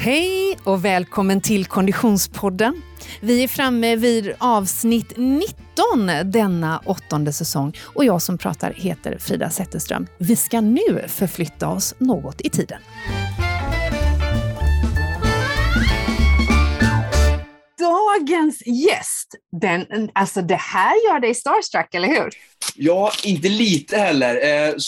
Hej och välkommen till Konditionspodden. Vi är framme vid avsnitt 19 denna 8:e säsong och jag som pratar heter Frida Zetterström. Vi ska nu förflytta oss något i tiden. Dagens gäst, det här gör dig starstruck, eller hur? Ja, inte lite heller.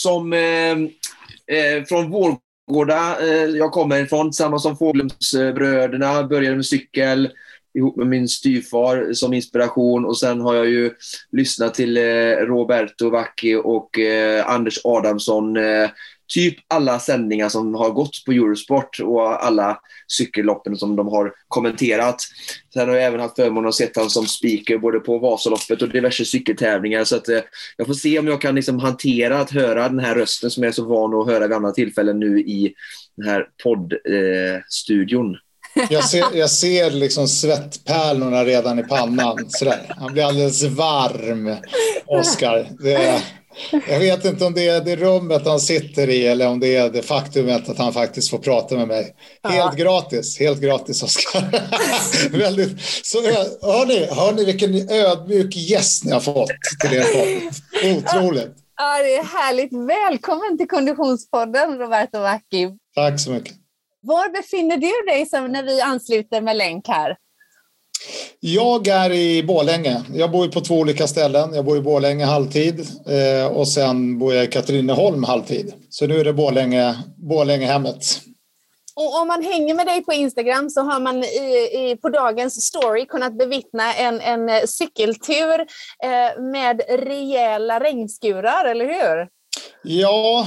Från Vårgårda, jag kommer ifrån, tillsammans som Fågelumsbröderna, började med cykel ihop med min styvfar som inspiration, och sen har jag ju lyssnat till Roberto Vacchi och Anders Adamsson, typ alla sändningar som har gått på Eurosport och alla cykelloppen som de har kommenterat. Sen har jag även haft förmånen att se honom som speaker både på Vasaloppet och diverse cykeltävlingar, så att jag får se om jag kan liksom hantera att höra den här rösten som jag är så van att höra vid andra tillfällen nu i den här poddstudion. Jag ser liksom svettpärlorna redan i pannan. Sådär. Han blir alldeles varm, Oskar. Jag vet inte om det är det rummet han sitter i eller om det är det faktumet att han faktiskt får prata med mig. Helt gratis, Oskar. Väldigt. Så hör ni vilken ödmjuk gäst ni har fått till er podd. Otroligt. Ja, det är härligt. Välkommen till Konditionspodden, Roberto Vacchi. Tack så mycket. Var befinner du dig när vi ansluter med länk här? Jag är i Borlänge. Jag bor på 2 olika ställen. Jag bor i Borlänge halvtid och sen bor jag i Katrineholm halvtid. Så nu är det Borlänge-hemmet. Och om man hänger med dig på Instagram så har man på dagens story kunnat bevittna en cykeltur med rejäla regnskurar, eller hur? Ja,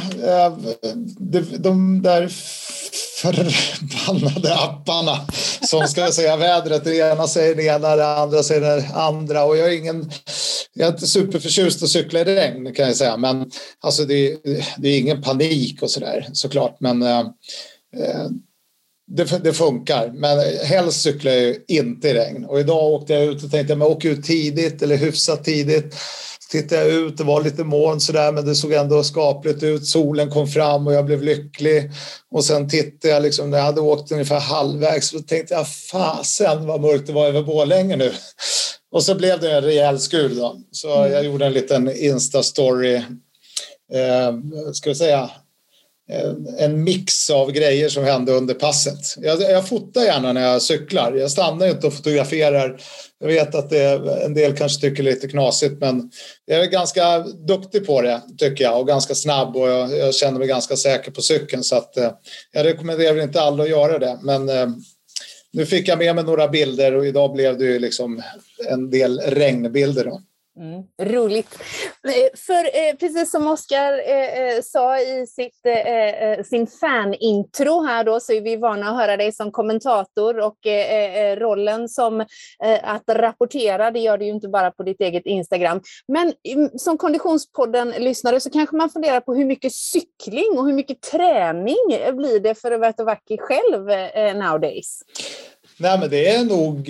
de där förbannade apparna som ska säga vädret. Det ena säger det ena, det andra säger det andra. Och jag är inte superförtjust att cykla i regn, kan jag säga. Men alltså det är ingen panik och sådär, såklart. Men det funkar. Men helst cyklar jag ju inte i regn. Och idag åkte jag ut och tänkte att jag åker ut tidigt eller hyfsat tidigt. Tittade jag ut, det var lite moln sådär, men det såg ändå skapligt ut. Solen kom fram och jag blev lycklig. Och sen tittade jag liksom, när jag hade åkt ungefär halvvägs, så tänkte jag, fasen vad mörkt det var över Borlänge nu. Och så blev det en rejäl skur då. Så jag gjorde en liten Insta-story, ska jag säga, en mix av grejer som hände under passet. Jag fotar gärna när jag cyklar. Jag stannar inte och fotograferar. Jag vet att en del kanske tycker lite knasigt, men jag är ganska duktig på det, tycker jag, och ganska snabb, och jag känner mig ganska säker på cykeln, så att jag rekommenderar inte alla att göra det, men nu fick jag med mig några bilder och idag blev det ju liksom en del regnbilder då. Roligt. För precis som Oskar sa i sin fan-intro här då, så är vi vana att höra dig som kommentator, och rollen som att rapportera, det gör du ju inte bara på ditt eget Instagram. Men som Konditionspodden-lyssnare så kanske man funderar på hur mycket cykling och hur mycket träning blir det för Roberto Vacchi själv nowadays? Nej, men det är nog,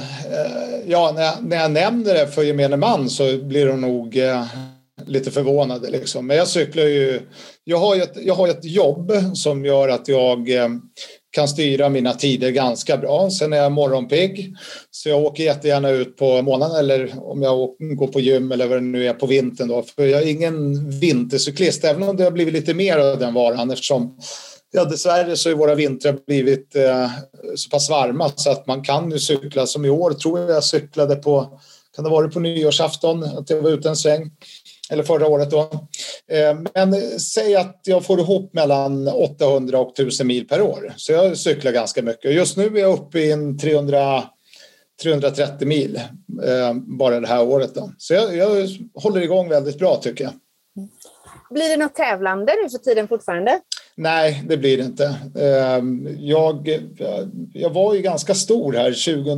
när jag nämner det för gemene man så blir de nog lite förvånade liksom. Men jag cyklar ju, jag har ett jobb som gör att jag kan styra mina tider ganska bra. Sen är jag morgonpigg, så jag åker jättegärna ut på morgonen, eller om jag går på gym eller vad det nu är på vintern då. För jag är ingen vintercyklist, även om det har blivit lite mer av den varan, eftersom dessvärre så är våra vintrar blivit så pass varma så att man kan ju cykla. Som i år tror jag cyklade på, kan det vara på nyårsafton att jag var ute en sväng, eller förra året då. Men säg att jag får ihop mellan 800 och 1000 mil per år. Så jag cyklar ganska mycket. Just nu är jag uppe i en 330 mil bara det här året då. Så jag håller igång väldigt bra, tycker jag. Blir det något tävlande nu för tiden fortfarande? Nej, det blir det inte. Jag var ju ganska stor här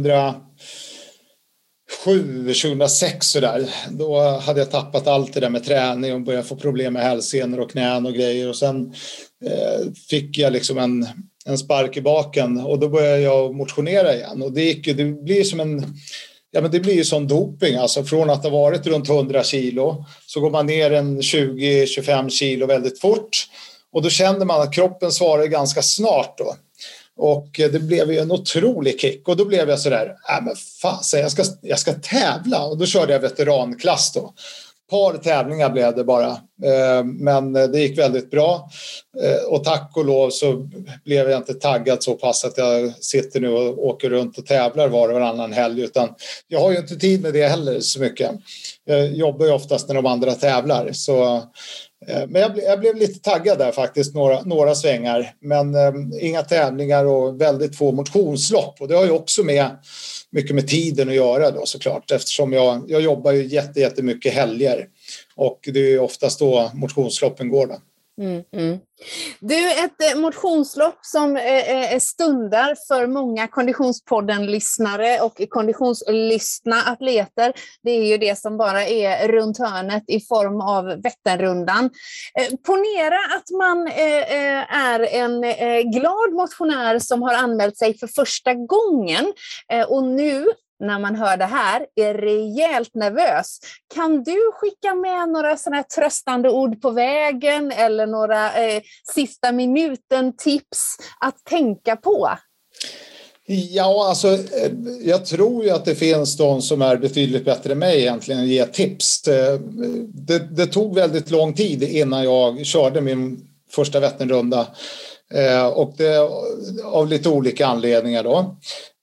2007-2006 sådär. Då hade jag tappat allt det där med träning och började få problem med hälsenor och knän och grejer. Och sen fick jag liksom en spark i baken och då började jag motionera igen. Och det blir som det blir ju som doping. Alltså från att ha varit runt 100 kilo så går man ner en 20-25 kilo väldigt fort. Och då kände man att kroppen svarar ganska snart då. Och det blev ju en otrolig kick. Och då blev jag sådär, men fasen, jag ska tävla. Och då körde jag veteranklass då. Par tävlingar blev det bara. Men det gick väldigt bra. Och tack och lov så blev jag inte taggad så pass att jag sitter nu och åker runt och tävlar var och varannan helg. Utan jag har ju inte tid med det heller så mycket. Jag jobbar ju oftast när de andra tävlar. Så, men jag blev lite taggad där faktiskt, några svängar. Men inga tävlingar och väldigt få motionslopp. Och det har ju också mycket med tiden att göra då såklart. Eftersom jag jobbar ju jättemycket helger. Och det är ju oftast då motionsloppen går då. Du, ett motionslopp som stundar för många Konditionspodden-lyssnare och konditionslystna atleter, det är ju det som bara är runt hörnet i form av Vätternrundan. Ponera att man är en glad motionär som har anmält sig för första gången och nu när man hör det här är rejält nervös. Kan du skicka med några sådana här tröstande ord på vägen eller några sista minuten tips att tänka på? Ja, alltså jag tror ju att det finns de som är betydligt bättre än mig egentligen att ge tips. Det tog väldigt lång tid innan jag körde min första Vätternrunda och det av lite olika anledningar då.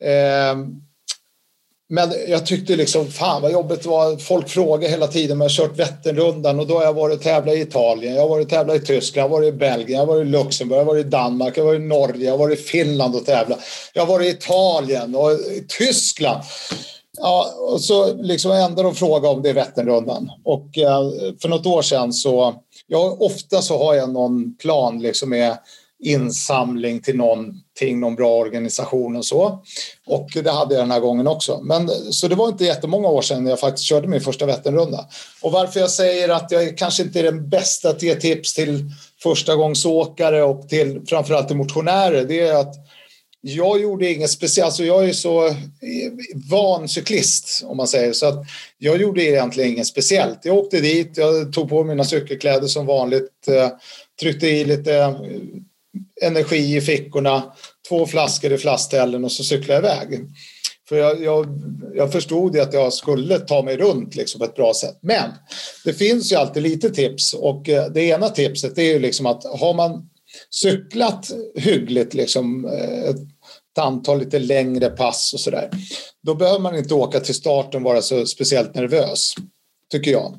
Men jag tyckte liksom, fan vad jobbigt var. Folk frågar hela tiden, men jag har kört Vätternrundan och då har jag varit och tävlat i Italien, jag har varit och tävlat i Tyskland, jag har varit i Belgien, jag har varit i Luxemburg, jag har varit i Danmark, jag har varit i Norge, jag har varit i Finland och tävlat. Jag har varit i Italien och i Tyskland. Ja, och så liksom ändå de fråga om det är Vätternrundan. Och för något år sedan så, ofta så har jag någon plan liksom med insamling till någon bra organisation och så. Och det hade jag den här gången också. Men, så det var inte jättemånga år sedan jag faktiskt körde min första Vätternrunda. Och varför jag säger att jag kanske inte är den bästa att ge tips till förstagångsåkare och till framförallt till motionärer, det är att jag gjorde inget speciellt. Alltså jag är så van cyklist om man säger. Så att jag gjorde egentligen inget speciellt. Jag åkte dit, jag tog på mina cykelkläder som vanligt, tryckte i lite energi i fickorna, 2 flaskor i flasktällen och så cyklade jag iväg. För jag förstod att jag skulle ta mig runt liksom på ett bra sätt. Men det finns ju alltid lite tips och det ena tipset är ju liksom att har man cyklat hyggligt liksom ett antal lite längre pass och sådär, då behöver man inte åka till starten vara så speciellt nervös, tycker jag.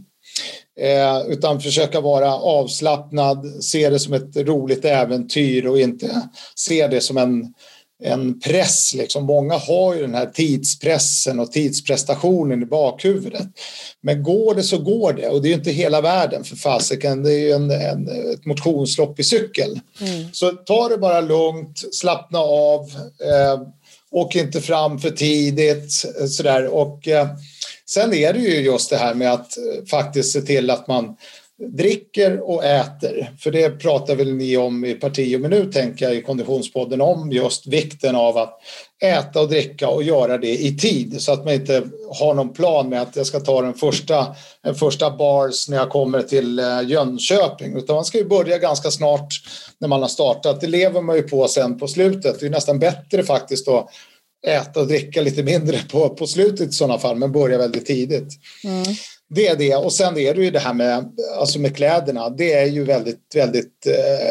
Utan försöka vara avslappnad, se det som ett roligt äventyr och inte se det som en press. Liksom. Många har ju den här tidspressen och tidsprestationen i bakhuvudet. Men går det så går det. Och det är ju inte hela världen för fasiken. Det är ju ett motionslopp i cykel. Så ta det bara lugnt, slappna av, åk inte fram för tidigt. Sådär. Och sen är det ju just det här med att faktiskt se till att man dricker och äter. För det pratar väl ni om i Parti och minut, tänker jag, i Konditionspodden, om just vikten av att äta och dricka och göra det i tid. Så att man inte har någon plan med att jag ska ta en första bars när jag kommer till Jönköping. Utan man ska ju börja ganska snart när man har startat. Det lever man ju på sen på slutet. Det är nästan bättre faktiskt att äta och dricka lite mindre på slutet i sådana fall, men börja väldigt tidigt. Det är det. Och sen är det ju det här med kläderna. Det är ju väldigt, väldigt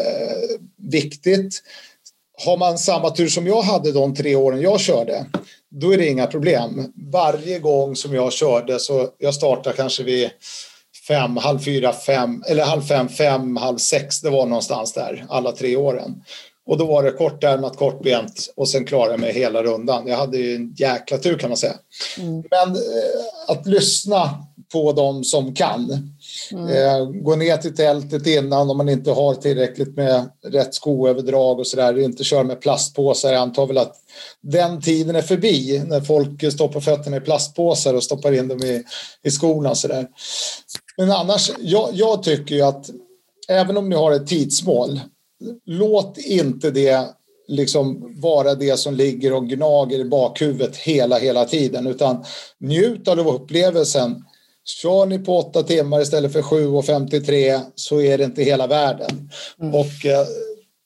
viktigt. Har man samma tur som jag hade de 3 åren jag körde, då är det inga problem. Varje gång som jag körde, så jag startade kanske vid 5, halv 4, 5 eller halv 5, 5, halv 6. Det var någonstans där alla 3 åren. Och då var det kortärmat, kortbent och sen klarade jag mig hela rundan. Jag hade ju en jäkla tur kan man säga. Men att lyssna på dem som kan. Gå ner till tältet innan om man inte har tillräckligt med rätt skoöverdrag och sådär. Inte köra med plastpåsar. Jag antar väl att den tiden är förbi när folk stoppar fötterna i plastpåsar och stoppar in dem i skorna och sådär. Men annars, jag tycker ju att även om ni har ett tidsmål, låt inte det liksom vara det som ligger och gnager i bakhuvudet hela tiden, utan njut av upplevelsen. Kör ni på 8 timmar istället för 7:53 så är det inte hela världen. Och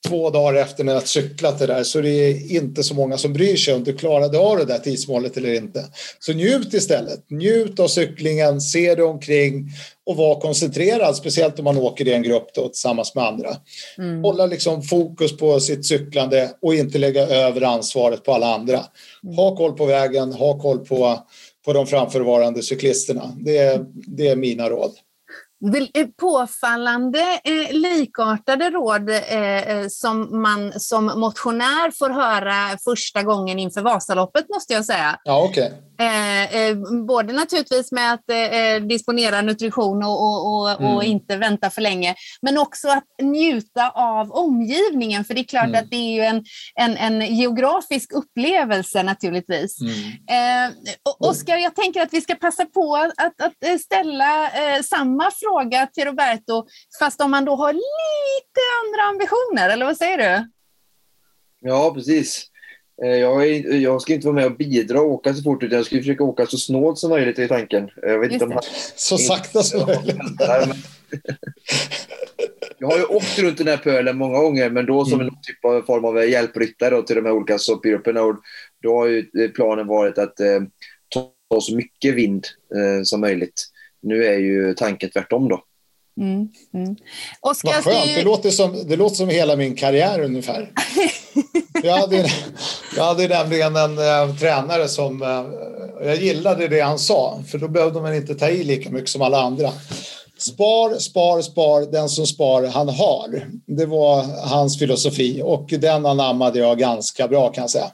2 dagar efter när jag cyklat det där, så det är inte så många som bryr sig om du klarade av det där tidsmålet eller inte. Så njut istället. Njut av cyklingen, se dig omkring och var koncentrerad, speciellt om man åker i en grupp då, tillsammans med andra. Hålla liksom fokus på sitt cyklande och inte lägga över ansvaret på alla andra. Ha koll på vägen, ha koll på de framförvarande cyklisterna. Det är mina råd. Påfallande likartade råd som man som motionär får höra första gången inför Vasaloppet, måste jag säga. Ja, okej. Både naturligtvis med att disponera nutrition och inte vänta för länge, men också att njuta av omgivningen, för det är klart att det är ju en geografisk upplevelse naturligtvis. Oskar, jag tänker att vi ska passa på att ställa samma fråga till Roberto, fast om man då har lite andra ambitioner, eller vad säger du? Ja, precis. Jag ska inte vara med och bidra och åka så fort, utan jag ska försöka åka så snålt som möjligt i tanken. Jag vet inte om så sakta som möjligt. Jag har ju åkt runt den här pölen många gånger, men då som en typ av form av hjälpryttare till de här olika soppgrupperna. Och då har ju planen varit att ta så mycket vind som möjligt. Nu är ju tanken tvärtom då. Oskar, vad skönt, det låter som hela min karriär ungefär. Jag hade nämligen en tränare som jag gillade det han sa, för då behövde man inte ta i lika mycket som alla andra. Spar, den som spar han har. Det var hans filosofi, och den anammade jag ganska bra, kan jag säga.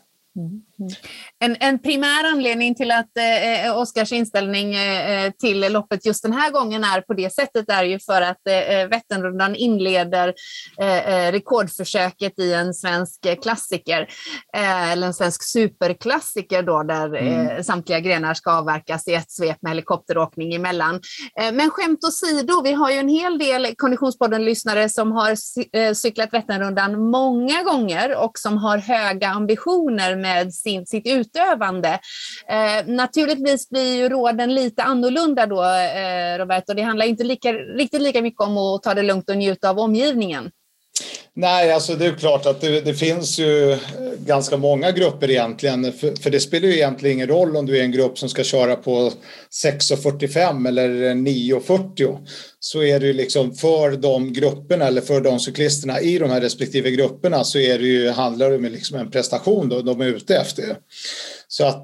En primär anledning till att Oskars inställning till loppet just den här gången är på det sättet är ju för att Vätternrundan inleder rekordförsöket i en svensk klassiker, eller en svensk superklassiker då, där samtliga grenar ska avverkas i ett svep med helikopteråkning emellan. Men skämt åsido, vi har ju en hel del Konditionspodden-lyssnare som har cyklat Vätternrundan många gånger och som har höga ambitioner med sitt utövande. Naturligtvis blir ju råden lite annorlunda då, Roberto. Det handlar inte riktigt lika mycket om att ta det lugnt och njuta av omgivningen. Nej, alltså det är klart att det finns ju ganska många grupper egentligen. För det spelar ju egentligen ingen roll om du är en grupp som ska köra på 6:45 eller 9:40. Så är det ju liksom för de grupperna, eller för de cyklisterna i de här respektive grupperna, så är det ju, handlar det om liksom en prestation då de är ute efter. Så att,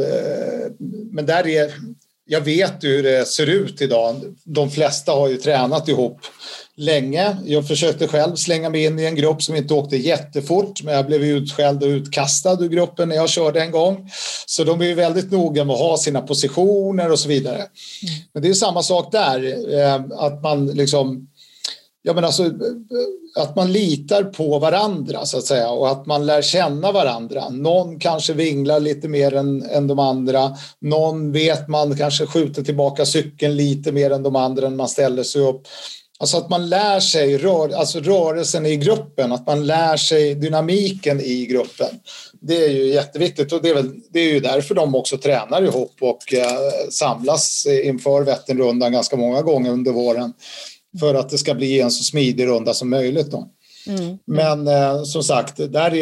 men där är, jag vet hur det ser ut idag. De flesta har ju tränat ihop länge. Jag försökte själv slänga mig in i en grupp som inte åkte jättefort, men jag blev utskälld och utkastad ur gruppen när jag körde en gång. Så de är ju väldigt noga med att ha sina positioner och så vidare. Men det är samma sak där, att man liksom, ja men alltså, att man litar på varandra så att säga, och att man lär känna varandra. Någon kanske vinglar lite mer än de andra. Någon vet man kanske skjuter tillbaka cykeln lite mer än de andra när man ställer sig upp. Alltså att man lär sig rörelsen i gruppen, att man lär sig dynamiken i gruppen. Det är ju jätteviktigt, och det är ju därför de också tränar ihop och samlas inför Vätternrundan ganska många gånger under våren. För att det ska bli en så smidig runda som möjligt då. Men som sagt,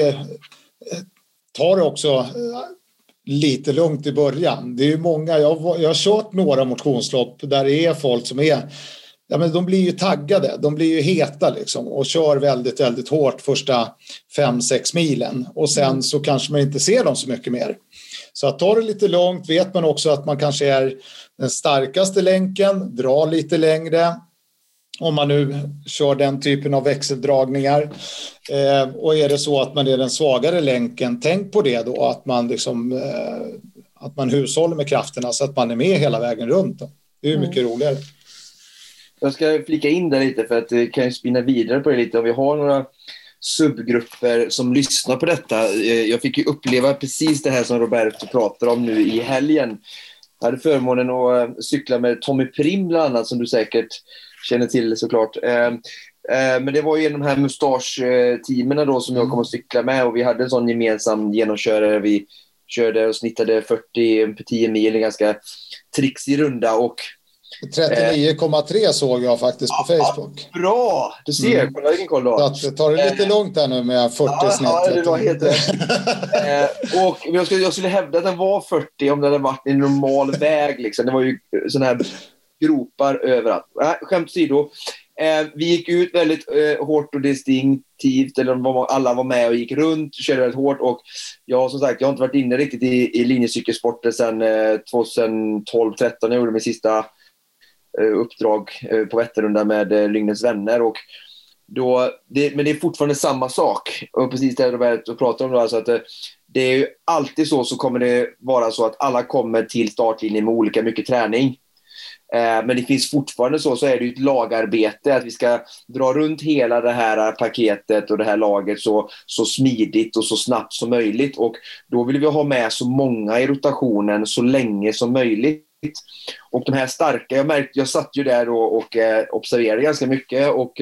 tar det också lite lugnt i början. Det är ju många, jag har kört några motionslopp där det är folk som är, ja men de blir ju taggade, de blir ju heta liksom, och kör väldigt, väldigt hårt första 5-6 milen. Och sen så kanske man inte ser dem så mycket mer. Så att ta det lite långt, vet man också att man kanske är den starkaste länken, dra lite längre. Om man nu kör den typen av växeldragningar. Och är det så att man är den svagare länken, tänk på det då, att man liksom, att man hushåller med krafterna så att man är med hela vägen runt. Det är ju mycket roligare. Jag ska flika in där lite, för att det kan ju spinna vidare på det lite. Om vi har några subgrupper som lyssnar på detta. Jag fick ju uppleva precis det här som Roberto pratar om nu i helgen. Jag hade förmånen att cykla med Tommy Prim bland annat, som du säkert känner till såklart. Men det var ju de här mustache-teamerna då som jag kom att cykla med, och vi hade en sån gemensam genomkörare. Vi körde och snittade 40 på 10 mil, en ganska trixig runda, och 39,3 såg jag faktiskt på Facebook. Bra! Du ser, kolla vilken koll då. Så att, tar det lite långt här nu med 40 snitt. Ja, det var helt rätt. Och jag skulle hävda att den var 40 om det hade varit en normal väg. Liksom. Det var ju sådana här gropar överallt. Skämt åsido. Vi gick ut väldigt hårt och distinktivt, eller alla var med och gick runt, körde väldigt hårt, och jag som sagt, jag har inte varit inne riktigt i linjecykelsporter sedan 2012-13. Jag gjorde min sista uppdrag på Vätternrundan med Lyngnäs vänner, och men det är fortfarande samma sak, och precis det Roberto pratar om då, alltså att det är ju alltid så kommer det vara så att alla kommer till startlinjen med olika mycket träning. Men det finns fortfarande så är det ju ett lagarbete att vi ska dra runt hela det här paketet och det här laget så smidigt och så snabbt som möjligt, och då vill vi ha med så många i rotationen så länge som möjligt. Och de här starka, jag satt ju där och observerade ganska mycket, och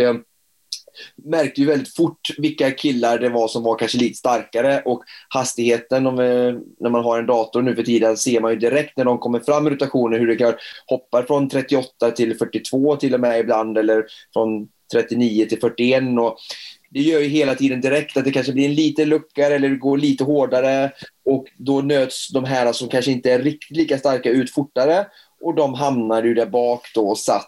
märkte ju väldigt fort vilka killar det var som var kanske lite starkare, och hastigheten när man har en dator nu för tiden ser man ju direkt när de kommer fram i rotationen hur det kan hoppa från 38 till 42 till och med ibland, eller från 39 till 41, och det gör ju hela tiden direkt att det kanske blir en liten lucka eller det går lite hårdare, och då nöts de här som kanske inte är riktigt lika starka ut fortare, och de hamnar ju där bak då och satt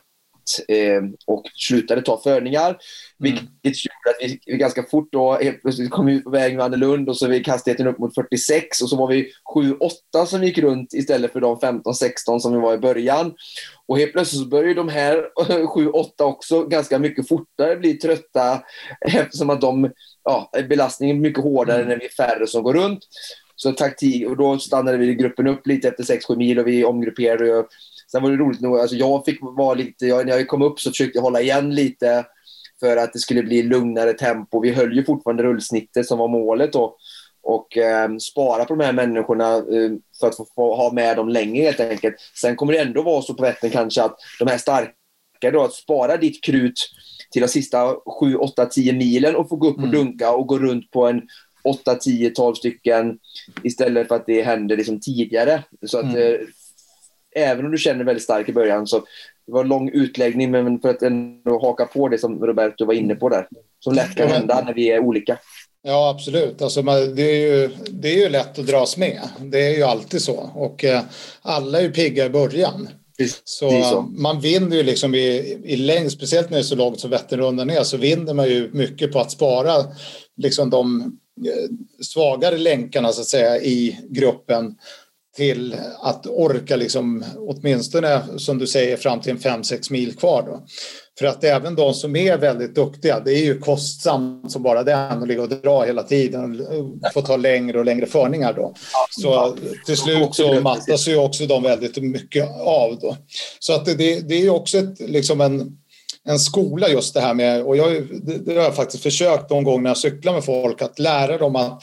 och slutade ta förningar, vilket gjorde att vi ganska fort då helt plötsligt kom ut på vägen med Annelund, och så vi hastigheten upp mot 46, och så var vi 7-8 som gick runt istället för de 15-16 som vi var i början, och helt plötsligt så började de här 7-8 också ganska mycket fortare bli trötta, eftersom att belastningen är mycket hårdare när vi är färre som går runt. Så taktik, och då stannade vi i gruppen upp lite efter 6-7 mil och vi omgrupperade, och sen var det roligt nog, alltså jag fick vara lite, när jag kom upp så försökte jag hålla igen lite för att det skulle bli lugnare tempo. Vi höll ju fortfarande rullsnittet som var målet då, och spara på de här människorna för att få ha med dem länge helt enkelt. Sen kommer det ändå vara så på Vättern kanske att de här starka då, att spara ditt krut till de sista 7, 8, 10 milen och få gå upp och dunka och gå runt på en 8, 10, 12 stycken istället för att det händer liksom tidigare. Så att även om du känner väldigt stark i början, så det var en lång utläggning, men för att ändå haka på det som Roberto var inne på där, som lätt kan hända när vi är olika. Ja, absolut. Alltså, det är ju lätt att dras med. Det är ju alltid så. Och alla är ju pigga i början. Så man vinner ju liksom i längd, speciellt när det är så långt som Vätternrundan är, så vinner man ju mycket på att spara liksom de svagare länkarna så att säga i gruppen till att orka liksom, åtminstone som du säger fram till en 5-6 mil kvar då. För att även de som är väldigt duktiga, det är ju kostsamt som bara den att ligga och dra hela tiden, få ta längre och längre förningar då. Så till slut så mattas ju också de väldigt mycket av då. Så att det är ju också liksom en skola just det här med, och det har jag faktiskt försökt någon gång när jag cyklar med folk, att lära dem att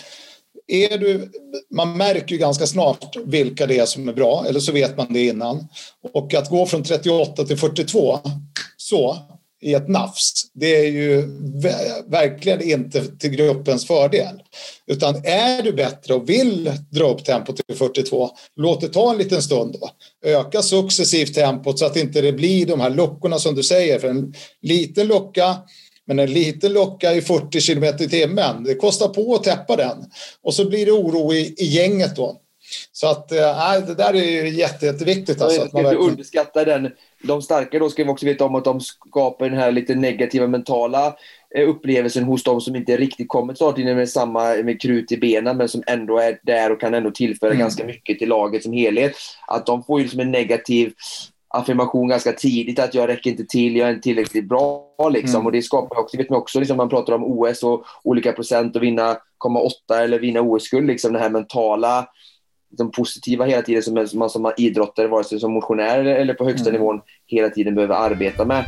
man märker ju ganska snart vilka det är som är bra, eller så vet man det innan. Och att gå från 38 till 42 så i ett nafs, det är ju verkligen inte till gruppens fördel. Utan är du bättre och vill dra upp tempot till 42, låt det ta en liten stund då. Öka successivt tempot så att inte det blir de här luckorna som du säger. För en liten lucka, men en liten lucka i 40 km i timmen, det kostar på att täppa den. Och så blir det oro i gänget då. Så att det där är ju jätteviktigt. Alltså, att man verkligen underskattar den. De starka då ska vi också veta om att de skapar den här lite negativa mentala upplevelsen hos de som inte riktigt kommer snart in med krut i benen, men som ändå är där och kan ändå tillföra ganska mycket till laget som helhet. Att de får ju som en negativ affirmation ganska tidigt att jag räcker inte till, jag är inte tillräckligt bra liksom. Och det skapar också, vet man också liksom, man pratar om OS och olika procent och vinna 0,8 eller vinna OS-guld liksom, det här mentala, de positiva hela tiden som man som idrottare, vare sig som motionär eller på högsta nivån hela tiden behöver arbeta med.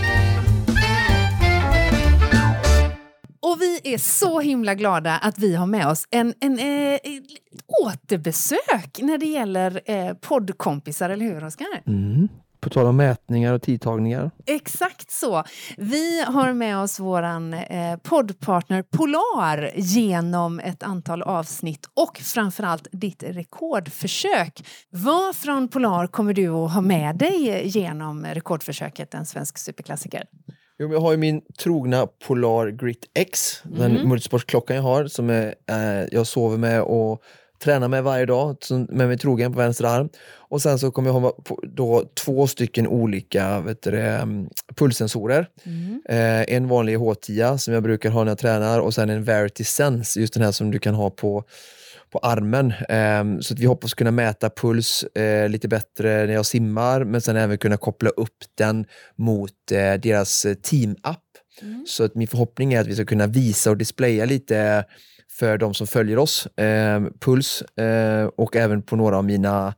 Och vi är så himla glada att vi har med oss en återbesök när det gäller poddkompisar, eller hur Oskar? På tal om mätningar och tidtagningar. Exakt så. Vi har med oss våran poddpartner Polar genom ett antal avsnitt och framförallt ditt rekordförsök. Vad från Polar kommer du att ha med dig genom rekordförsöket, en svensk superklassiker? Jo, jag har ju min trogna Polar Grit X, den multisportklockan jag har som jag sover med och tränar med varje dag med mig trogen på vänster arm. Och sen så kommer jag ha då 2 stycken olika pulssensorer. En vanlig H10 som jag brukar ha när jag tränar och sen en Verity Sense, just den här som du kan ha på armen. Så att vi hoppas kunna mäta puls lite bättre när jag simmar, men sen även kunna koppla upp den mot deras team-app. Så att min förhoppning är att vi ska kunna visa och displaya lite för de som följer oss, puls och även på några av mina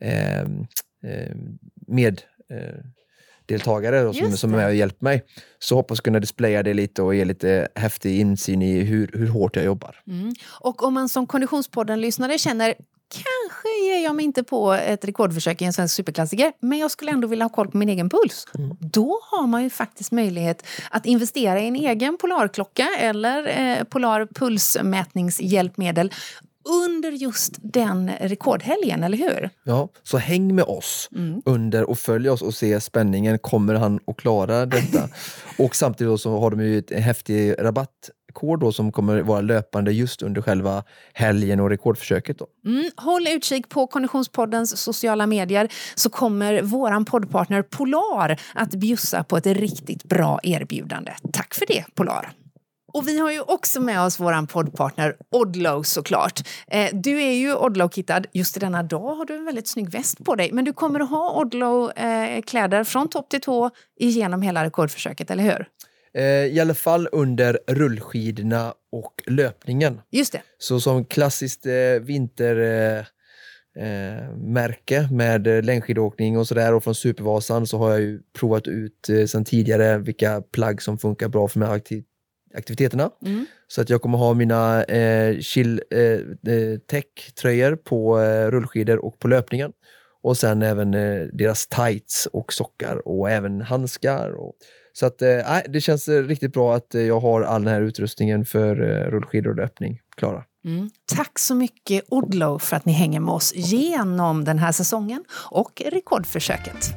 deltagare som är med och hjälper mig. Så hoppas kunna displaya det lite och ge lite häftig insyn i hur hårt jag jobbar. Och om man som Konditionspodden-lyssnare känner kanske ger jag mig inte på ett rekordförsök i en svensk superklassiker, men jag skulle ändå vilja ha koll på min egen puls. Då har man ju faktiskt möjlighet att investera i en egen Polarklocka eller Polar pulsmätningshjälpmedel under just den rekordhelgen, eller hur? Ja, så häng med oss under och följ oss och se spänningen. Kommer han att klara detta? Och samtidigt så har de ju en häftig rabattkod då som kommer vara löpande just under själva helgen och rekordförsöket då. Håll utkik på Konditionspoddens sociala medier så kommer våran poddpartner Polar att bjussa på ett riktigt bra erbjudande. Tack för det, Polar! Och vi har ju också med oss våran poddpartner Odlo såklart. Du är ju Odlo-kittad. Just i denna dag har du en väldigt snygg väst på dig. Men du kommer att ha Odlo-kläder från topp till tå igenom hela rekordförsöket, eller hur? I alla fall under rullskidorna och löpningen. Just det. Så som klassiskt vintermärke med längdskidåkning och sådär, och från Supervasan så har jag ju provat ut sedan tidigare vilka plagg som funkar bra för mig aktiviteterna. Så att jag kommer ha mina tech-tröjor på rullskidor och på löpningen. Och sen även deras tights och sockar och även handskar. Så att det känns riktigt bra att jag har all den här utrustningen för rullskidor och löpning klara. Tack så mycket Odlo för att ni hänger med oss genom den här säsongen och rekordförsöket.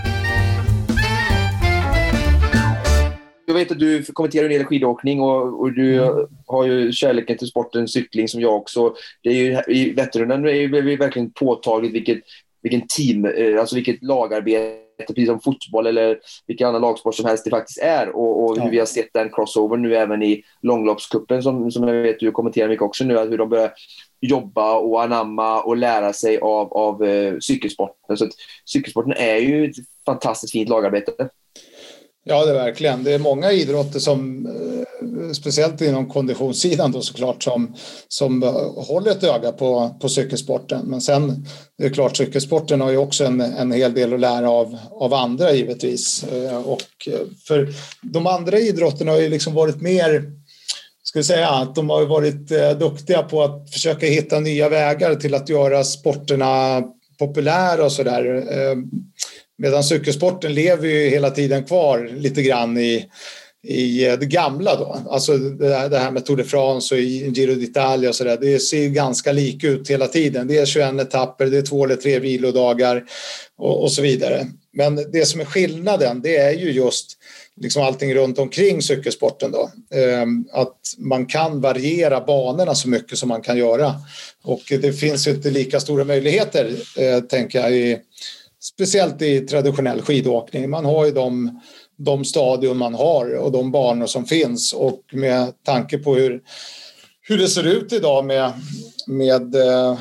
Jag vet att du kommenterar en del skidåkning och du har ju kärleken till sporten cykling som jag också. Det är ju i Vätternrundan är det verkligen påtagligt vilken team, alltså vilket lagarbete, precis som fotboll eller vilken annan lagsport som helst det faktiskt är, och hur vi har sett den crossover nu även i långloppskuppen som jag vet du kommenterar mycket också nu, att hur de börjar jobba och anamma och lära sig av cykelsporten. Så att cykelsporten är ju ett fantastiskt fint lagarbete. Ja, det är verkligen. Det är många idrotter som, speciellt inom konditionssidan då såklart, som håller ett öga på cykelsporten. Men sen det är klart, cykelsporten har ju också en hel del att lära av andra givetvis. Och för de andra idrotterna har ju liksom varit mer, ska jag säga, att de har varit duktiga på att försöka hitta nya vägar till att göra sporterna populära och sådär. Medan cykelsporten lever ju hela tiden kvar lite grann i det gamla då. Alltså det här med Tour de France och Giro d'Italia och sådär. Det ser ju ganska lika ut hela tiden. Det är 21 etapper, det är 2 eller 3 vilodagar och så vidare. Men det som är skillnaden, det är ju just liksom allting runt omkring cykelsporten då. Att man kan variera banorna så mycket som man kan göra. Och det finns ju inte lika stora möjligheter, tänker jag, speciellt i traditionell skidåkning. Man har ju de stadion man har och de banor som finns, och med tanke på hur det ser ut idag med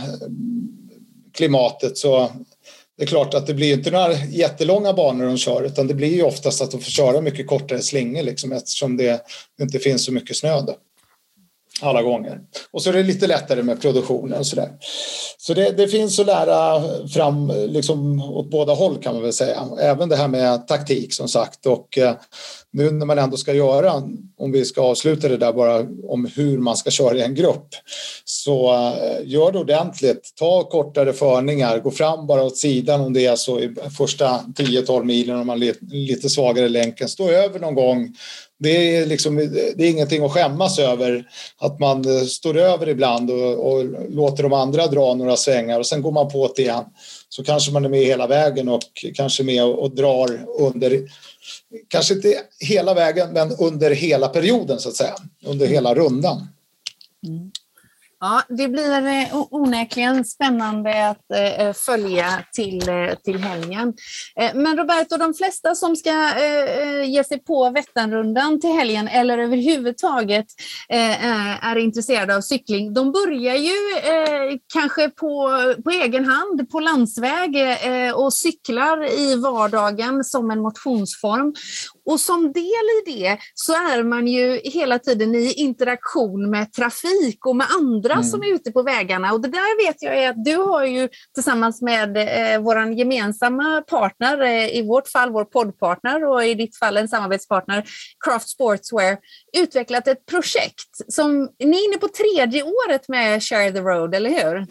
klimatet, så det är klart att det blir inte några jättelånga banor de kör, utan det blir ju oftast att de får köra mycket kortare slingor liksom, eftersom det inte finns så mycket snö då, alla gånger. Och så är det lite lättare med produktionen och sådär. Så det finns att lära fram liksom åt båda håll, kan man väl säga. Även det här med taktik som sagt. Och nu när man ändå ska göra, om vi ska avsluta det där bara om hur man ska köra i en grupp, så gör det ordentligt. Ta kortare förningar, gå fram bara åt sidan om det är så i första 10-12 milen om man är lite svagare i länken. Stå över någon gång. Det är ingenting att skämmas över att man står över ibland och låter de andra dra några svängar och sen går man på det igen. Så kanske man är med hela vägen och kanske med och drar under, kanske inte hela vägen men under hela perioden så att säga, under hela rundan. Mm. Ja, det blir onekligen spännande att följa till helgen. Men Roberto, de flesta som ska ge sig på Vätternrundan till helgen eller överhuvudtaget är intresserade av cykling, de börjar ju kanske på egen hand på landsväg och cyklar i vardagen som en motionsform. Och som del i det så är man ju hela tiden i interaktion med trafik och med andra som är ute på vägarna. Och det där vet jag är att du har ju tillsammans med vår gemensamma partner, i vårt fall vår poddpartner och i ditt fall en samarbetspartner, Craft Sportswear, utvecklat ett projekt som ni är inne på 3:e året med Share the Road, eller hur?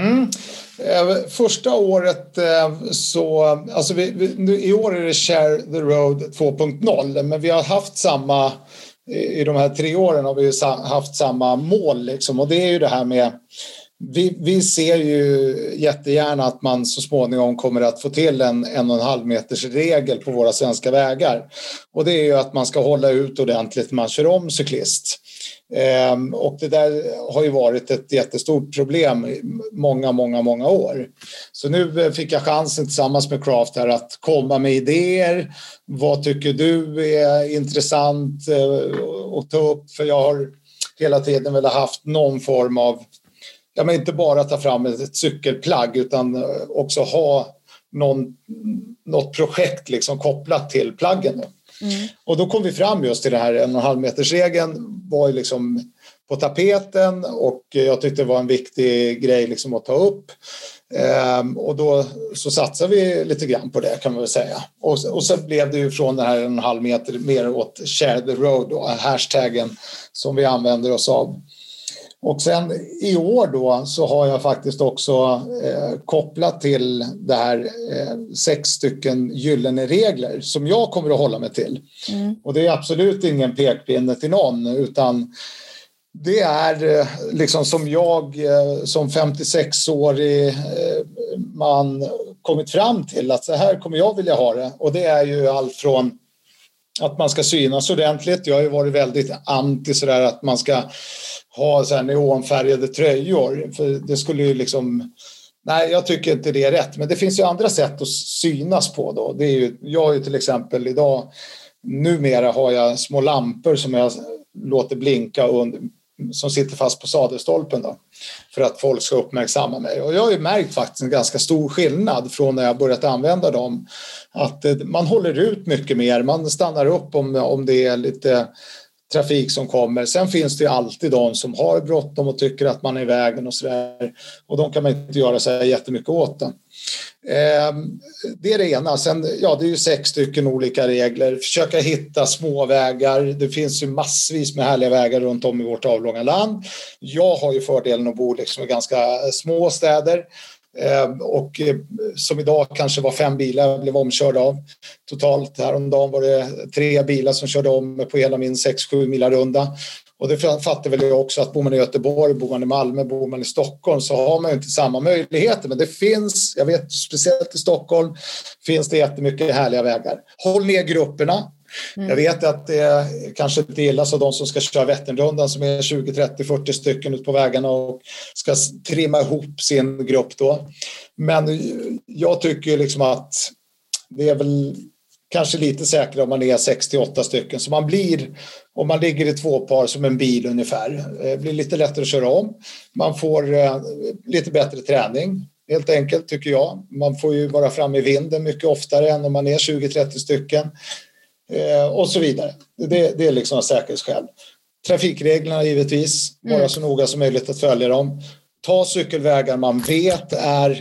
Första året så, alltså i år är det Share the Road 2.0, men vi har haft samma, i de här 3 åren har vi haft samma mål liksom, och det är ju det här med, vi ser ju jättegärna att man så småningom kommer att få till en 1,5 meters regel på våra svenska vägar, och det är ju att man ska hålla ut ordentligt när man kör om cyklist. Och det där har ju varit ett jättestort problem i många år. Så nu fick jag chansen tillsammans med Craft här att komma med idéer. Vad tycker du är intressant att ta upp? För jag har hela tiden väl haft någon form av, ja, men inte bara ta fram ett cykelplagg utan också ha något projekt liksom kopplat till plaggen. Och då kom vi fram just till det här 1,5 meters regeln var ju liksom på tapeten, och jag tyckte det var en viktig grej liksom att ta upp. Och då så satsade vi lite grann på det, kan man väl säga. Och så blev det ju från den här 1,5 meter mer åt Share the Road då, hashtaggen som vi använder oss av. Och sen i år då så har jag faktiskt också kopplat till det här 6 stycken gyllene regler som jag kommer att hålla mig till. Och det är absolut ingen pekpinne till någon, utan det är liksom som jag som 56-årig man kommit fram till att så här kommer jag vilja ha det. Och det är ju allt från att man ska synas ordentligt. Jag har ju varit väldigt anti sådär att man ska ha så här neonfärgade tröjor. För det skulle ju liksom, nej, jag tycker inte det är rätt. Men det finns ju andra sätt att synas på då. Det är ju, jag har ju till exempel idag, numera har jag små lampor som jag låter blinka som sitter fast på sadelstolpen då, för att folk ska uppmärksamma mig. Och jag har ju märkt faktiskt en ganska stor skillnad från när jag börjat använda dem. Att man håller ut mycket mer, man stannar upp om det är lite trafik som kommer. Sen finns det ju alltid de som har bråttom och tycker att man är i vägen och sådär. Och de kan man inte göra så här jättemycket åt det. Det är det ena. Sen, ja, det är ju 6 stycken olika regler. Försöka hitta små vägar. Det finns ju massvis med härliga vägar runt om i vårt avlånga land. Jag har ju fördelen att bo liksom i ganska små städer. Och som idag kanske var 5 bilar jag blev omkörd av. Totalt häromdagen var det 3 bilar som körde om på hela min 6-7 mila runda. Och det fattar väl jag också att bor man i Göteborg, bor man i Malmö, bor man i Stockholm så har man ju inte samma möjligheter. Men det finns, jag vet speciellt i Stockholm, finns det jättemycket härliga vägar. Håll ner grupperna. Jag vet att det kanske inte gillas av de som ska köra Vätternrundan som är 20, 30, 40 stycken ut på vägarna och ska trimma ihop sin grupp då. Men jag tycker liksom att det är väl kanske lite säkrare om man är 68 stycken. Så man blir, om man ligger i 2 par som en bil ungefär, det blir lite lättare att köra om. Man får lite bättre träning. Helt enkelt tycker jag. Man får ju vara framme i vinden mycket oftare än om man är 20-30 stycken. Och så vidare. Det är liksom säkerhetsskäl. Trafikreglerna givetvis. Vara så noga som möjligt att följa dem. Ta cykelvägar man vet är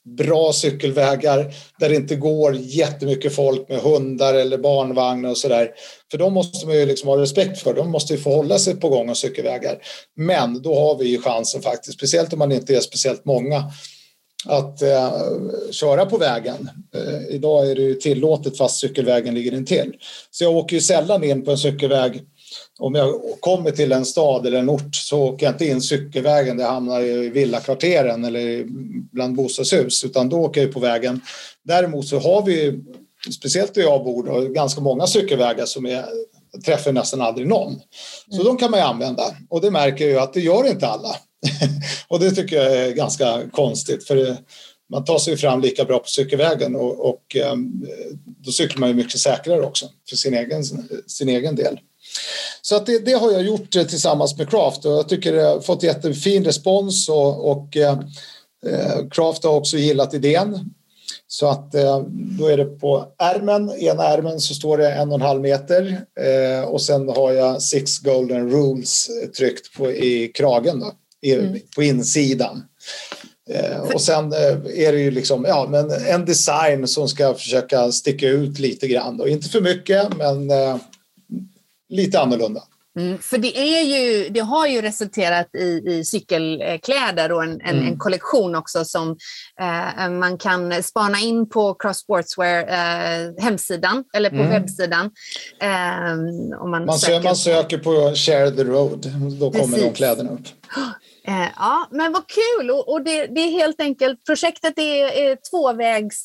bra cykelvägar där det inte går jättemycket folk med hundar eller barnvagnar och sådär. För de måste man ju liksom ha respekt för. De måste ju få hålla sig på gång och cykelvägar. Men då har vi ju chansen faktiskt, speciellt om man inte är speciellt många, att köra på vägen. Idag är det ju tillåtet fast cykelvägen ligger intill. Så jag åker ju sällan in på en cykelväg. Om jag kommer till en stad eller en ort så åker jag inte in cykelvägen. Det hamnar i villakvarteren eller bland bostadshus. Utan då åker jag på vägen. Däremot så har vi, speciellt där jag bor, då, ganska många cykelvägar som träffar nästan aldrig någon. Så de kan man ju använda. Och det märker jag ju att det gör inte alla. Och det tycker jag är ganska konstigt. För man tar sig fram lika bra på cykelvägen. Och då cyklar man ju mycket säkrare också. För sin egen del. Så att det har jag gjort tillsammans med Craft och jag tycker det har fått jättefin respons och Craft har också gillat idén. Så att då är det på ena ärmen så står det 1,5 meter och sen har jag 6 golden rules tryckt i kragen då, på insidan. Och sen är det ju liksom men en design som ska försöka sticka ut lite grann då. Inte för mycket men lite annorlunda. För det har ju resulterat i cykelkläder och en kollektion också som man kan spana in på Cross Sportswear hemsidan eller på webbsidan. Om man söker på Share the Road, då kommer de kläderna upp. Ja, men vad kul! Och det är helt enkelt, projektet är tvåvägs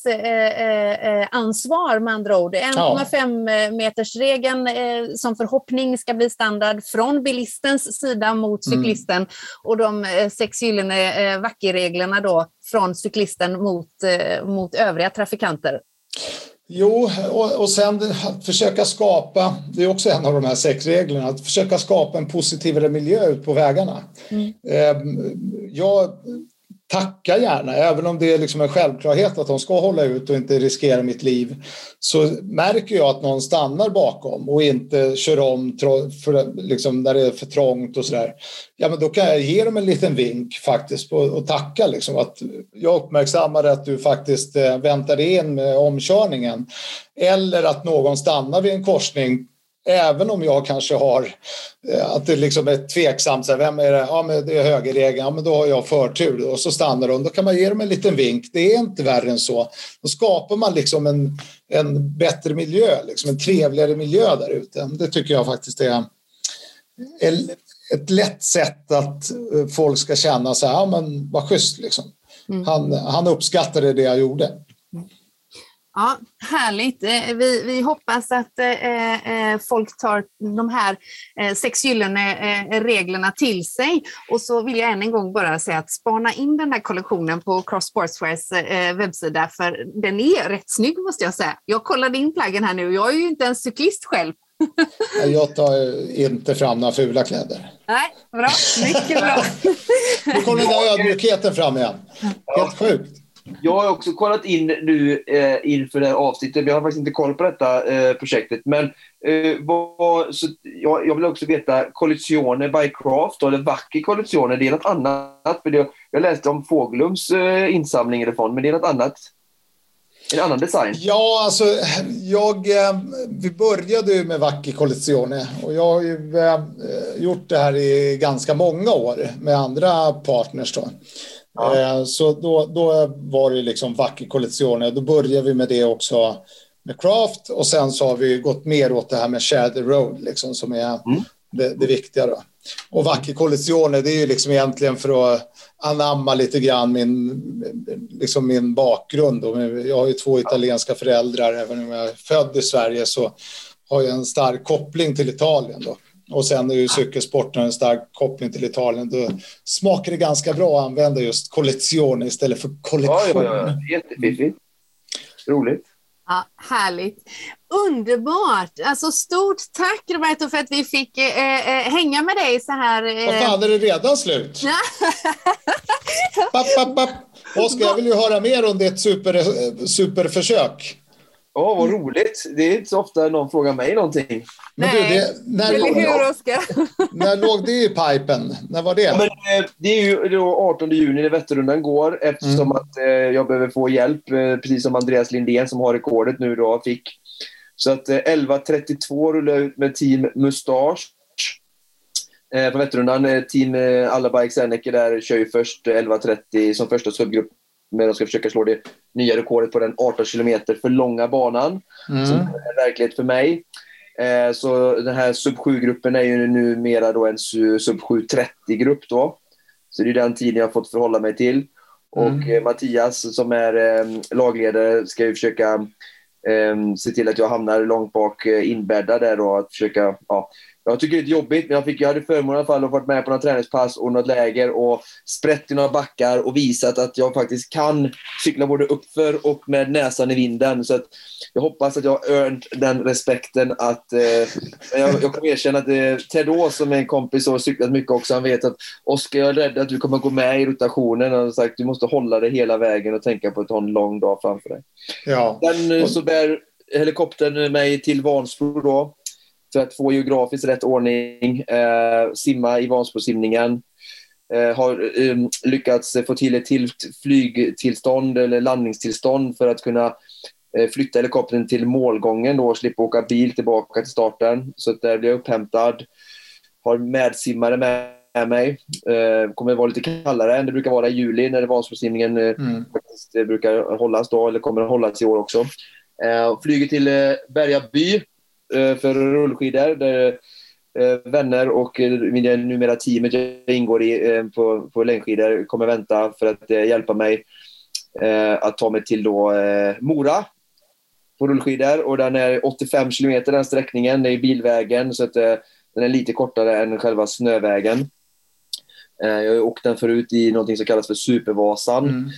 ansvar med andra ord. 1,5 metersregeln som förhoppning ska bli standard från bilistens sida mot cyklisten och de 6 gyllene vackerreglerna då från cyklisten mot övriga trafikanter. Jo, och sen att försöka skapa, det är också en av de här 6 reglerna, att försöka skapa en positivare miljö ut på vägarna. Jag tackar gärna, även om det är liksom en självklarhet att de ska hålla ut och inte riskera mitt liv, så märker jag att någon stannar bakom och inte kör om liksom där det är för trångt och sådär. Ja, men då kan jag ge dem en liten vink faktiskt och tacka liksom att jag uppmärksammade att du faktiskt väntade in med omkörningen, eller att någon stannar vid en korsning. Även om jag kanske har att det liksom är tveksamt, så här, vem är det? Ja, men det är högerregeln, ja men då har jag förtur och så stannar de. Då kan man ge dem en liten vink, det är inte värre än så. Då skapar man liksom en bättre miljö, liksom en trevligare miljö där ute. Det tycker jag faktiskt är ett lätt sätt att folk ska känna så här, ja men vad schysst liksom. Han uppskattade det jag gjorde. Ja, härligt. Vi hoppas att folk tar de här 6 gyllene reglerna till sig. Och så vill jag än en gång bara säga att spana in den här kollektionen på Cross Sportswears webbsida, för den är rätt snygg måste jag säga. Jag kollade in plaggen här nu, jag är ju inte en cyklist själv. Jag tar inte fram några fula kläder. Nej, bra. Mycket bra. Nu kommer den där ödmjukheten fram igen. Helt sjukt. Jag har också kollat in nu inför det här avsnittet. Jag har faktiskt inte koll på detta projektet. Men jag vill också veta, Collezione by Craft eller Vacker Collezione, det är något annat. För jag läste om Fåglums insamling ifrån, men det är något annat. En annan design. Ja, alltså vi började ju med Vacker Collezione och jag har ju gjort det här i ganska många år med andra partners då. Ja. Så då var det liksom Vacker Collezione. Då började vi med det också med Craft och sen så har vi gått mer åt det här med Share the Road liksom, som är det viktiga då. Och Vacker Collezione, det är ju liksom egentligen för att anamma lite grann min bakgrund då. Jag har ju 2 italienska föräldrar, även om jag är född i Sverige så har jag en stark koppling till Italien då. Och sen är ju cykelsporten en stark koppling till Italien. Då smakar det ganska bra att använda just collezione istället för kollektion. Ja. Jättefiffigt. Roligt. Ja, härligt. Underbart. Alltså stort tack Roberto för att vi fick hänga med dig så här. Vad fan, är det redan slut? Oskar, jag vill ju höra mer om ditt superförsök. Ja, vad roligt. Det är inte så ofta någon frågar mig någonting. Men du, när låg det i pipen? När var det? Ja, men, det är ju då 18 juni när Vätternrundan går, eftersom att jag behöver få hjälp, precis som Andreas Lindén som har rekordet nu då fick. Så att 11.32 rullar ut med team Mustache. På Vätternrundan, team Alla Bikes Enneke där kör ju först 11.30 som första subgrupp. Men de ska försöka slå det nya rekordet på den 18 kilometer för långa banan. Som är verklighet för mig. Så den här sub 7-gruppen är ju numera då en sub 7.30-grupp då. Så det är den tiden jag har fått förhålla mig till. Och Mattias som är lagledare ska ju försöka se till att jag hamnar långt bak inbäddad där då. Att försöka, ja. Jag tycker det är jobbigt, men jag hade förmånen i alla fall att varit med på några träningspass och något läger och sprätt i några backar och visat att jag faktiskt kan cykla både uppför och med näsan i vinden. Så att jag hoppas att jag har earned den respekten att jag kommer erkänna att Ted Å, som är en kompis och har cyklat mycket också, han vet att Oskar, jag är rädd att du kommer gå med i rotationen. Han har sagt du måste hålla det hela vägen och tänka på att ha en lång dag framför dig. Ja. Sen så bär helikoptern mig till Vansbro då. För att få geografiskt rätt ordning, simma i Vansbrosimningen. Har lyckats få till ett flygtillstånd eller landningstillstånd för att kunna flytta helikoptern till målgången då och slippa åka bil tillbaka till starten. Så att där blir jag upphämtad. Har medsimmare med mig. Kommer vara lite kallare än det brukar vara i juli när Vansbrosimningen faktiskt brukar hållas då, eller kommer att hållas i år också. Flyger till Bergaby för rullskidor där vänner och numera teamet jag ingår i på längdskidor kommer vänta för att hjälpa mig att ta mig till då Mora på rullskidor, och den är 85 kilometer den sträckningen, det är bilvägen så att den är lite kortare än själva snövägen. Jag har åkt den förut i någonting som kallas för Supervasan.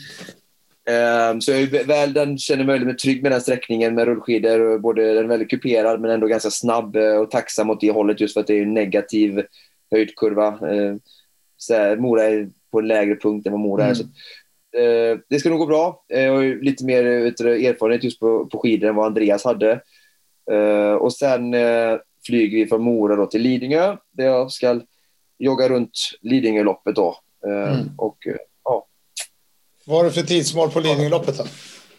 Så jag är känner mig väldigt trygg med den sträckningen med rullskidor. Både den är väldigt kuperad men ändå ganska snabb och tacksam åt det hållet just för att det är en negativ höjdkurva. Mora är på en lägre punkt än vad Mora är. Så, det ska nog gå bra. Jag har lite mer erfarenhet just på skidor än vad Andreas hade. Och sen flyger vi från Mora då till Lidingö där jag ska jogga runt Lidingöloppet då. Och vad har du för tidsmål på Lidingöloppet då?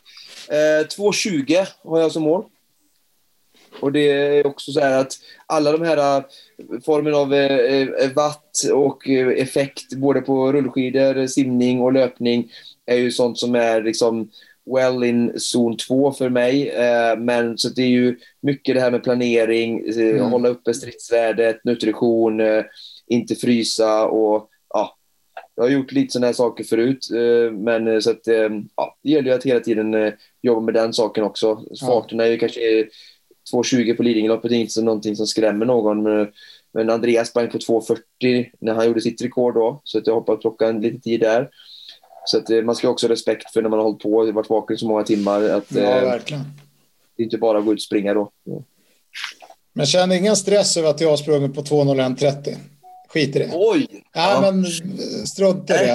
2.20 har jag som mål. Och det är också så här att alla de här formen av watt och effekt både på rullskidor, simning och löpning är ju sånt som är liksom well in zon 2 för mig. Men så det är ju mycket det här med planering, hålla uppe stridsvärdet, nutrition, inte frysa och jag har gjort lite sådana här saker förut, men så att det gäller ju att hela tiden jobba med den saken också. Farten är ju kanske 2.20 på Lidingöloppet, det är inte så någonting som skrämmer någon, men Andreas sprang på 2.40 när han gjorde sitt rekord då, så att jag hoppas plocka en liten tid där. Så att man ska också ha respekt för när man har hållit på, varit vaken så många timmar, att verkligen. Det är inte bara att gå ut och springa då. Men känner ingen stress över att jag har sprungit på 2.01.30? Skit i det. Oj! Ja, men strunt i det.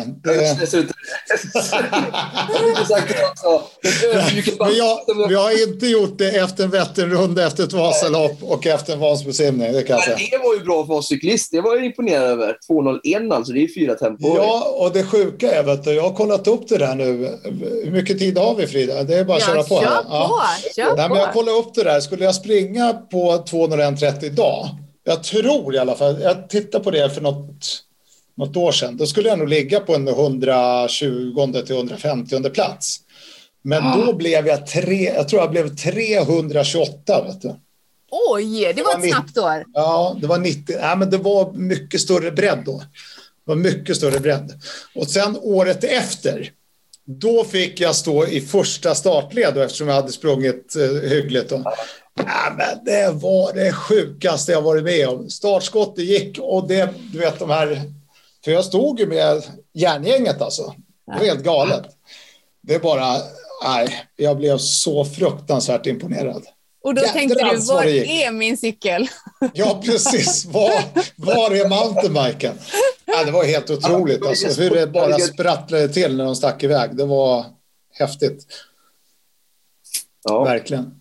Men vi har inte gjort det efter en Vätternrunda, efter ett Vasalopp och efter en Vansbrosimning. Det kan jag säga. Det var ju bra för oss cyklist. Det var jag imponerad över. 2.01 alltså, det är 4 tempo. Ja, och det sjuka är att jag har kollat upp det där nu. Hur mycket tid har vi, Frida? Det är bara att köra på. Kör på. Men jag kollar upp det där. Skulle jag springa på 2.01.30 idag? Jag tror i alla fall, jag tittade på det för något år sedan. Då skulle jag nog ligga på en 120 till 150 plats. Men då blev jag tror jag blev 328, vet du. Oj, det var ett snabbt år. Ja, det var 90. Nej, men det var mycket större bredd då. Det var mycket större bredd. Och sen året efter, då fick jag stå i första startled då, eftersom jag hade sprungit hyggligt då. Ja, men det var det sjukaste jag varit med om. Startskottet gick och det, du vet de här, för jag stod ju med järngänget alltså. Det var helt galet. Det är bara, jag blev så fruktansvärt imponerad. Och då tänkte du, var är min cykel? Ja, precis. Var är mountainbiken? Ja, det var helt otroligt alltså, hur det bara sprattlade till när de stack iväg. Det var häftigt. Ja. Verkligen.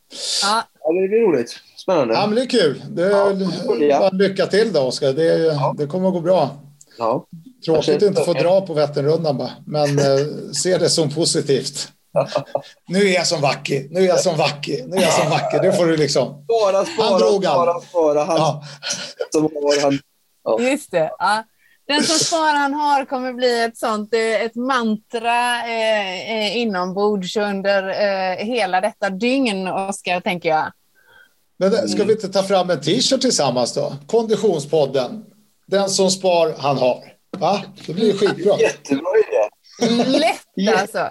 Ja. Ja, det blir roligt. Spännande. Ja, men det är kul. Lycka till då, Oskar. Det kommer att gå bra. Ja. Tråkigt att inte få dra på Vätternrundan bara. Men se det som positivt. Nu är jag som vacker. Det får du liksom. Han drog spara. Han. Ja. Just det. Ja. Den som sparar han har kommer bli ett mantra inombords under hela detta dygn, Oskar, tänker jag. Men ska vi inte ta fram en t-shirt tillsammans då? Konditionspodden. Den som spar han har. Va? Det blir skitbra. Jättebra idé. Lätt alltså.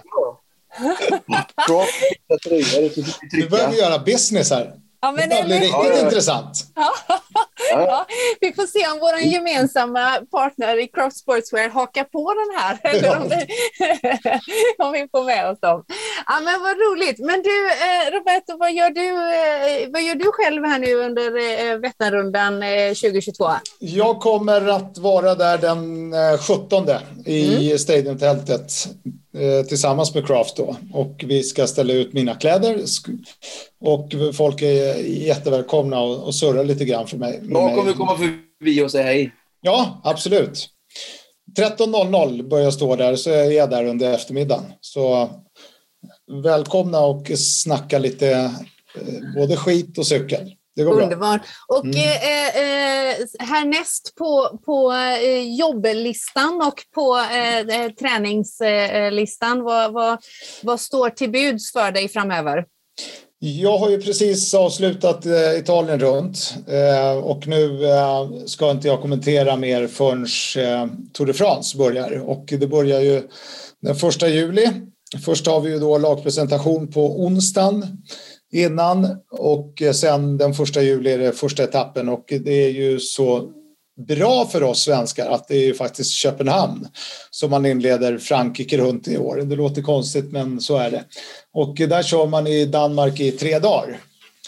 Nu börjar vi göra business här. Ja, men det blir riktigt intressant. Ja, vi får se om vår gemensamma partner i Craft Sportswear hakar på den här. Eller om vi får med oss dem. Ja, men vad roligt. Men du, Roberto, vad gör du själv här nu under Vätternrundan 2022? Jag kommer att vara där den 17 i stadiumtältet tillsammans med Craft då. Och vi ska ställa ut mina kläder. Och folk är jättevälkomna och surra lite grann för mig. Jag kommer komma förbi och säga hej. Ja, absolut. 13.00 börjar jag stå där, så är jag där under eftermiddagen. Så välkomna och snacka lite både skit och cykel. Det går underbart. Bra. Och härnäst på jobblistan och på träningslistan, vad står till buds för dig framöver? Jag har ju precis avslutat Italien runt och nu ska inte jag kommentera mer förrän Tour de France börjar. Och det börjar ju den 1 juli. Först har vi ju då lagpresentation på onsdagen innan och sen den 1 juli är det första etappen. Och det är ju så bra för oss svenskar att det är ju faktiskt Köpenhamn som man inleder Frankrike runt i år. Det låter konstigt, men så är det. Och där kör man i Danmark i 3 dagar.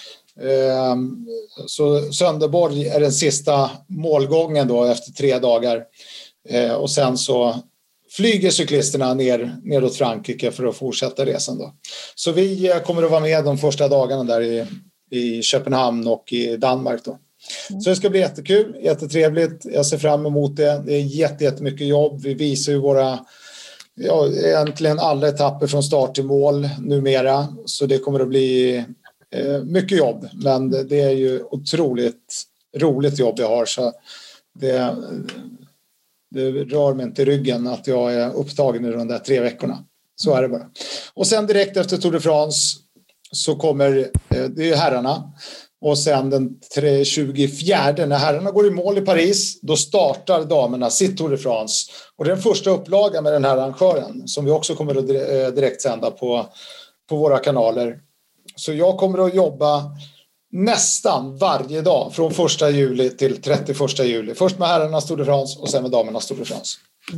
Så Sönderborg är den sista målgången då efter 3 dagar. Och sen så flyger cyklisterna neråt Frankrike för att fortsätta resan då. Så vi kommer att vara med de första dagarna där i Köpenhamn och i Danmark då. Så det ska bli jättekul, jättetrevligt. Jag ser fram emot det. Det är jättemycket jobb. Vi visar ju egentligen alla etapper från start till mål numera. Så det kommer att bli mycket jobb. Men det är ju otroligt roligt jobb jag har. Så det rör mig inte i ryggen att jag är upptagen i de där 3 veckorna. Så är det bara. Och sen direkt efter Tour de France så kommer det är herrarna. Och sen den 24 när herrarna går i mål i Paris, då startar damerna sitt Tour de France. Och det är den första upplagan med den här arrangören som vi också kommer att direkt sända på våra kanaler. Så jag kommer att jobba nästan varje dag från 1 juli till 31 juli. Först med herrarnas Tour de France och sen med damernas Tour de France.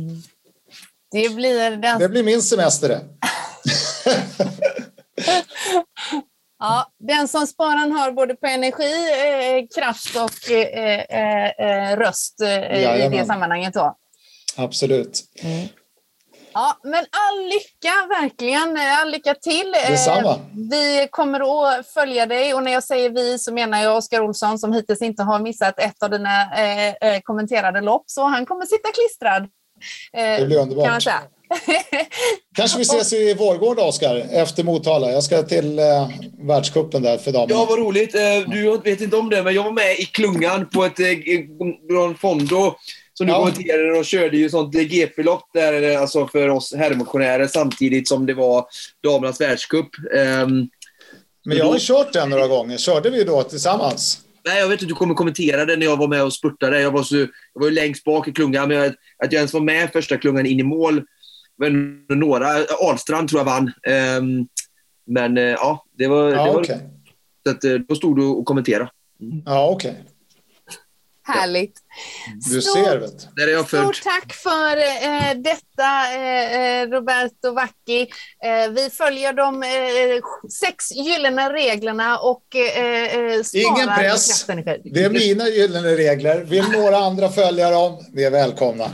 Det blir min semester det. Ja, den som sparan har både på energi, kraft och röst i det sammanhanget då. Absolut. Ja, men all lycka, verkligen. All lycka till. Detsamma. Vi kommer att följa dig och när jag säger vi så menar jag Oskar Olsson som hittills inte har missat ett av dina kommenterade lopp. Så han kommer sitta klistrad. Det blir underbart. Kan man säga. Kanske vi ses i Vårgårda, Oskar, efter Motala. Jag ska till världscupen där för damerna. Ja, vad roligt. Du vet inte om det, men jag var med i klungan på ett Gran Fondo som du kommenterade och körde ju sånt GP-lopp där, alltså för oss herrmotionärer samtidigt som det var damernas världscup. Men jag har kört den några gånger. Körde vi då tillsammans? Nej, jag vet inte, du kommer kommentera det när jag var med och spurtade. Jag var ju längst bak i klungan, men att jag ens var med första klungan in i mål. Men några, Ahlstrand tror jag vann. Men ja, det var okay. Så att, då stod du och kommenterade. Ja, okej. Okay. Härligt. Du ser, vet du. Stort tack för detta, Roberto Vacchi. Vi följer de 6 gyllene reglerna och sparar. Ingen press. Det är mina gyllene regler. Vill några andra följa dem, vi är välkomna.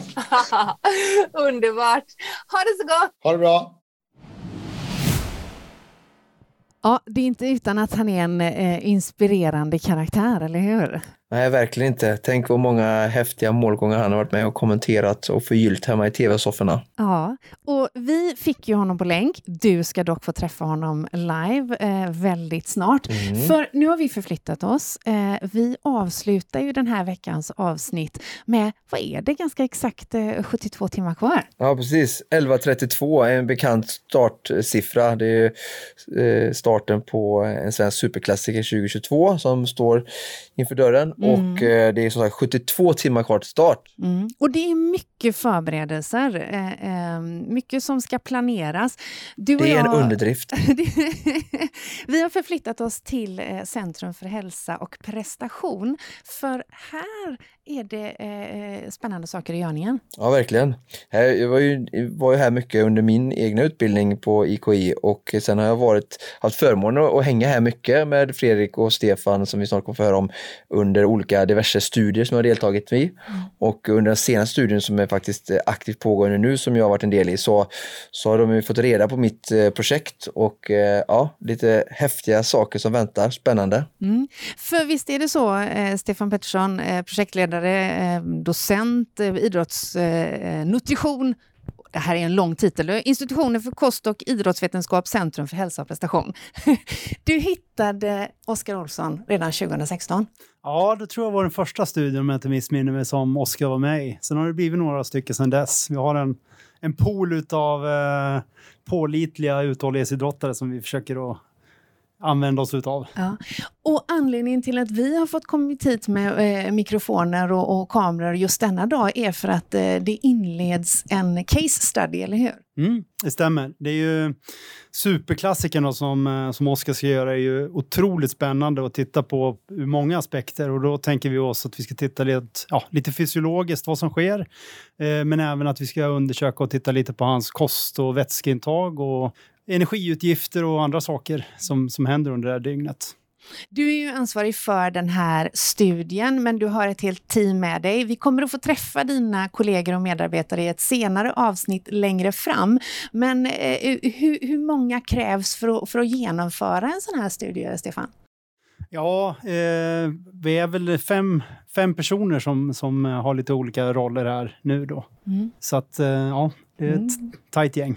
Underbart. Ha det så gott. Ha det bra. Ja, det är inte utan att han är en inspirerande karaktär, eller hur? Nej, verkligen inte. Tänk vad många häftiga målgångar han har varit med och kommenterat och förgyllt hemma i tv-sofforna. Ja, och vi fick ju honom på länk. Du ska dock få träffa honom live väldigt snart. För nu har vi förflyttat oss. Vi avslutar ju den här veckans avsnitt med, vad är det, ganska exakt 72 timmar kvar? Ja, precis. 11.32 är en bekant startsiffra. Det är starten på en svensk superklassiker 2022 som står inför dörren. Och det är som sagt 72 timmar kvar till start. Och det är mycket förberedelser. Mycket som ska planeras. Det är en underdrift. Vi har förflyttat oss till Centrum för hälsa och prestation. För här är det spännande saker i görningen. Ja, verkligen. Jag var ju här mycket under min egna utbildning på IKI och sen har jag haft förmånen att hänga här mycket med Fredrik och Stefan som vi snart kommer få höra om under olika diverse studier som jag har deltagit i. Och under den senaste studien som är faktiskt aktivt pågående nu som jag har varit en del i så har de ju fått reda på mitt projekt och lite häftiga saker som väntar. Spännande. För visst är det så, Stefan Pettersson, projektledare, docent, idrottsnutrition. Det här är en lång titel. Institutionen för kost- och idrottsvetenskap, Centrum för hälsa och prestation. Du hittade Oskar Olsson redan 2016. Ja, det tror jag var den första studien om jag inte missminner mig som Oskar var med i. Sen har det blivit några stycken sedan dess. Vi har en pool av pålitliga uthållighetsidrottare som vi försöker att använda oss utav. Ja. Och anledningen till att vi har fått kommit hit med mikrofoner och kameror just denna dag är för att det inleds en case study, eller hur? Det stämmer. Det är ju superklassikerna som Oskar ska göra är ju otroligt spännande att titta på ur många aspekter och då tänker vi oss att vi ska titta lite fysiologiskt vad som sker men även att vi ska undersöka och titta lite på hans kost- och vätskeintag och energiutgifter och andra saker som händer under det här dygnet. Du är ju ansvarig för den här studien men du har ett helt team med dig. Vi kommer att få träffa dina kollegor och medarbetare i ett senare avsnitt längre fram. Men hur många krävs för att genomföra en sån här studie, Stefan? Ja, vi är väl fem personer som har lite olika roller här nu då. Så att det är ett tajt gäng.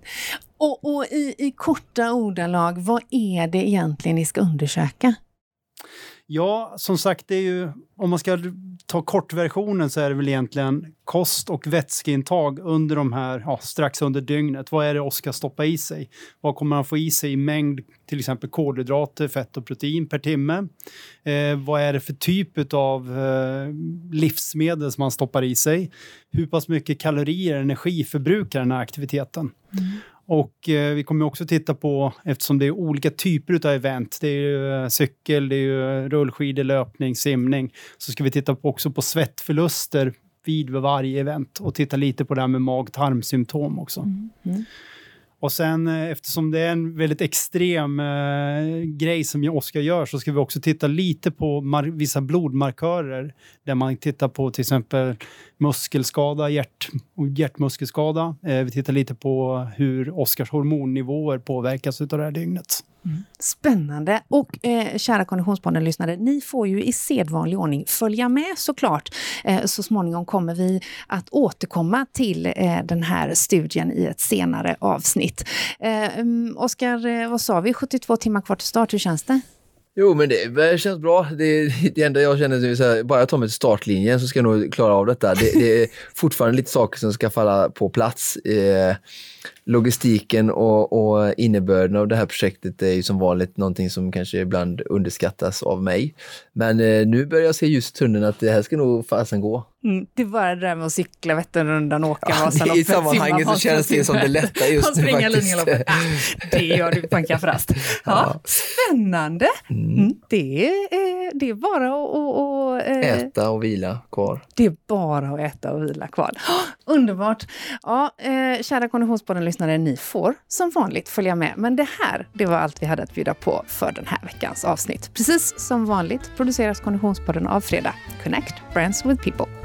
Och i korta ordalag, vad är det egentligen ni ska undersöka? Ja, som sagt, det är ju, om man ska ta kortversionen så är det väl egentligen kost- och vätskeintag under de här, strax under dygnet. Vad är det Oskar stoppa i sig? Vad kommer han få i sig i mängd, till exempel kolhydrater, fett och protein per timme? Vad är det för typ av livsmedel som man stoppar i sig? Hur pass mycket kalorier och energi förbrukar den här aktiviteten? Och vi kommer också titta på, eftersom det är olika typer av event, det är ju cykel, det är ju rullskidor, löpning, simning, så ska vi titta också på svettförluster vid varje event och titta lite på det här med mag-tarmsymptom också. Och sen eftersom det är en väldigt extrem grej som Oskar gör så ska vi också titta lite på vissa blodmarkörer där man tittar på till exempel muskelskada, hjärtmuskelskada. Vi tittar lite på hur Oskars hormonnivåer påverkas av det här dygnet. Spännande. Och kära Konditionspodden-lyssnare, ni får ju i sedvanlig ordning följa med såklart. Så småningom kommer vi att återkomma till den här studien i ett senare avsnitt. Oskar, vad sa vi? 72 timmar kvar till start, hur känns det? Jo, men det känns bra. Det enda jag känner är så här, bara jag tar mig till startlinjen så ska jag nog klara av detta. Det är fortfarande lite saker som ska falla på plats. Logistiken och innebörden av det här projektet är ju som vanligt någonting som kanske ibland underskattas av mig. Men nu börjar jag se just tunneln att det här ska nog fasen gå. Det var det där med att cykla Vätternrundan och åka Vasaloppet. I sammanhanget så känns det som det lätta just nu faktiskt. Det gör du på en kafferast. Ja, spännande. Det är bara att äta och vila kvar. Det är bara att äta och vila kvar. Underbart. Ja, kära Konditionspodden-lyssnare, ni får som vanligt följa med. Men det var allt vi hade att bjuda på för den här veckans avsnitt. Precis som vanligt produceras Konditionspodden av Fredag. Connect Brands with People.